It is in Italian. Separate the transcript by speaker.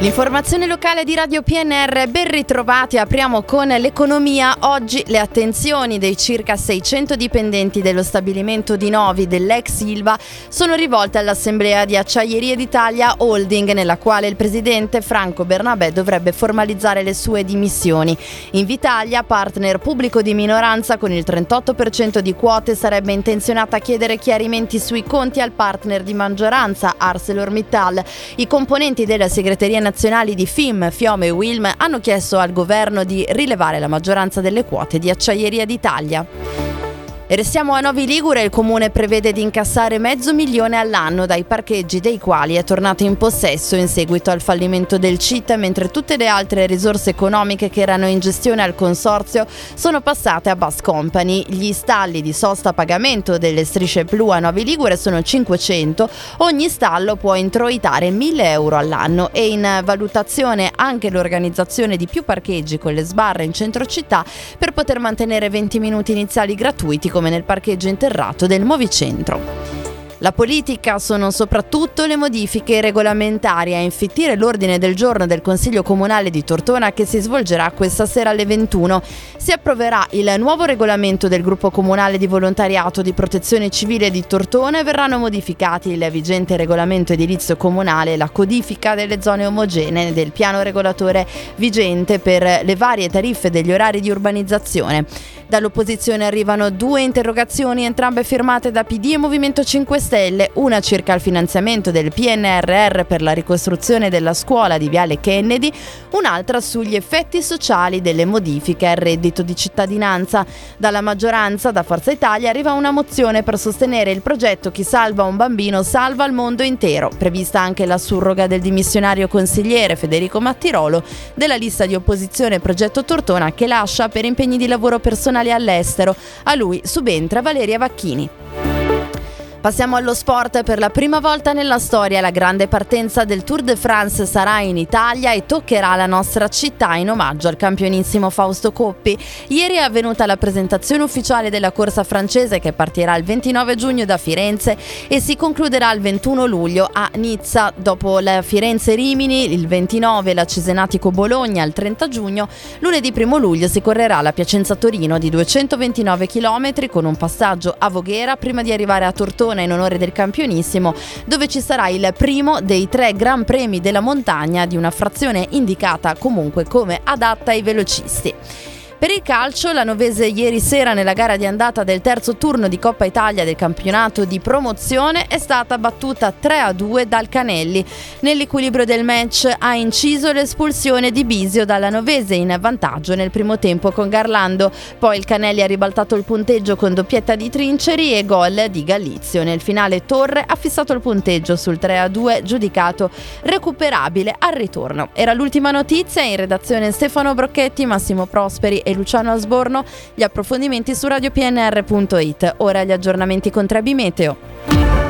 Speaker 1: L'informazione locale di Radio PNR, ben ritrovati, apriamo con l'economia. Oggi le attenzioni dei circa 600 dipendenti dello stabilimento di Novi dell'ex Ilva sono rivolte all'assemblea di Acciaierie d'Italia Holding, nella quale il presidente Franco Bernabè dovrebbe formalizzare le sue dimissioni. Invitalia, partner pubblico di minoranza con il 38% di quote, sarebbe intenzionata a chiedere chiarimenti sui conti al partner di maggioranza ArcelorMittal. I componenti della segreteria nazionali di FIM, FIOM e UILM hanno chiesto al governo di rilevare la maggioranza delle quote di Acciaieria d'Italia. E restiamo a Novi Ligure. Il comune prevede di incassare $500,000 all'anno dai parcheggi dei quali è tornato in possesso in seguito al fallimento del CIT, mentre tutte le altre risorse economiche che erano in gestione al consorzio sono passate a Bus Company. Gli stalli di sosta a pagamento delle strisce blu a Novi Ligure sono 500, ogni stallo può introitare €1.000 all'anno. E in valutazione anche l'organizzazione di più parcheggi con le sbarre in centro città per poter mantenere 20 minuti iniziali gratuiti come nel parcheggio interrato del Movicentro. La politica sono soprattutto le modifiche regolamentari a infittire l'ordine del giorno del Consiglio Comunale di Tortona, che si svolgerà questa sera alle 21. Si approverà il nuovo regolamento del Gruppo Comunale di Volontariato di Protezione Civile di Tortona e verranno modificati il vigente regolamento edilizio comunale e la codifica delle zone omogenee del piano regolatore vigente per le varie tariffe degli orari di urbanizzazione. Dall'opposizione arrivano 2 interrogazioni, entrambe firmate da PD e Movimento 5 Stelle, una circa il finanziamento del PNRR per la ricostruzione della scuola di Viale Kennedy, un'altra sugli effetti sociali delle modifiche al reddito di cittadinanza. Dalla maggioranza, da Forza Italia, arriva una mozione per sostenere il progetto Chi salva un bambino salva il mondo intero, prevista anche la surroga del dimissionario consigliere Federico Mattirolo della lista di opposizione Progetto Tortona, che lascia per impegni di lavoro personali all'estero. A lui subentra Valeria Vacchini. Passiamo allo sport. Per la prima volta nella storia la grande partenza del Tour de France sarà in Italia e toccherà la nostra città in omaggio al campionissimo Fausto Coppi. Ieri è avvenuta la presentazione ufficiale della corsa francese, che partirà il 29 giugno da Firenze e si concluderà il 21 luglio a Nizza. Dopo la Firenze-Rimini, il 29 la Cesenatico-Bologna il 30 giugno, lunedì 1 luglio si correrà la Piacenza-Torino di 229 km con un passaggio a Voghera prima di arrivare a Tortona in onore del campionissimo, dove ci sarà il primo dei 3 Gran Premi della montagna di una frazione indicata comunque come adatta ai velocisti. Per il calcio, la Novese ieri sera nella gara di andata del terzo turno di Coppa Italia del campionato di promozione è stata battuta 3-2 dal Canelli. Nell'equilibrio del match ha inciso l'espulsione di Bisio dalla Novese, in vantaggio nel primo tempo con Garlando. Poi il Canelli ha ribaltato il punteggio con doppietta di Trinceri e gol di Gallizio. Nel finale Torre ha fissato il punteggio sul 3-2, giudicato recuperabile al ritorno. Era l'ultima notizia. In redazione Stefano Brocchetti, Massimo Prosperi e Luciano Asborno. Gli approfondimenti su radiopnr.it. Ora gli aggiornamenti con Trebi Meteo.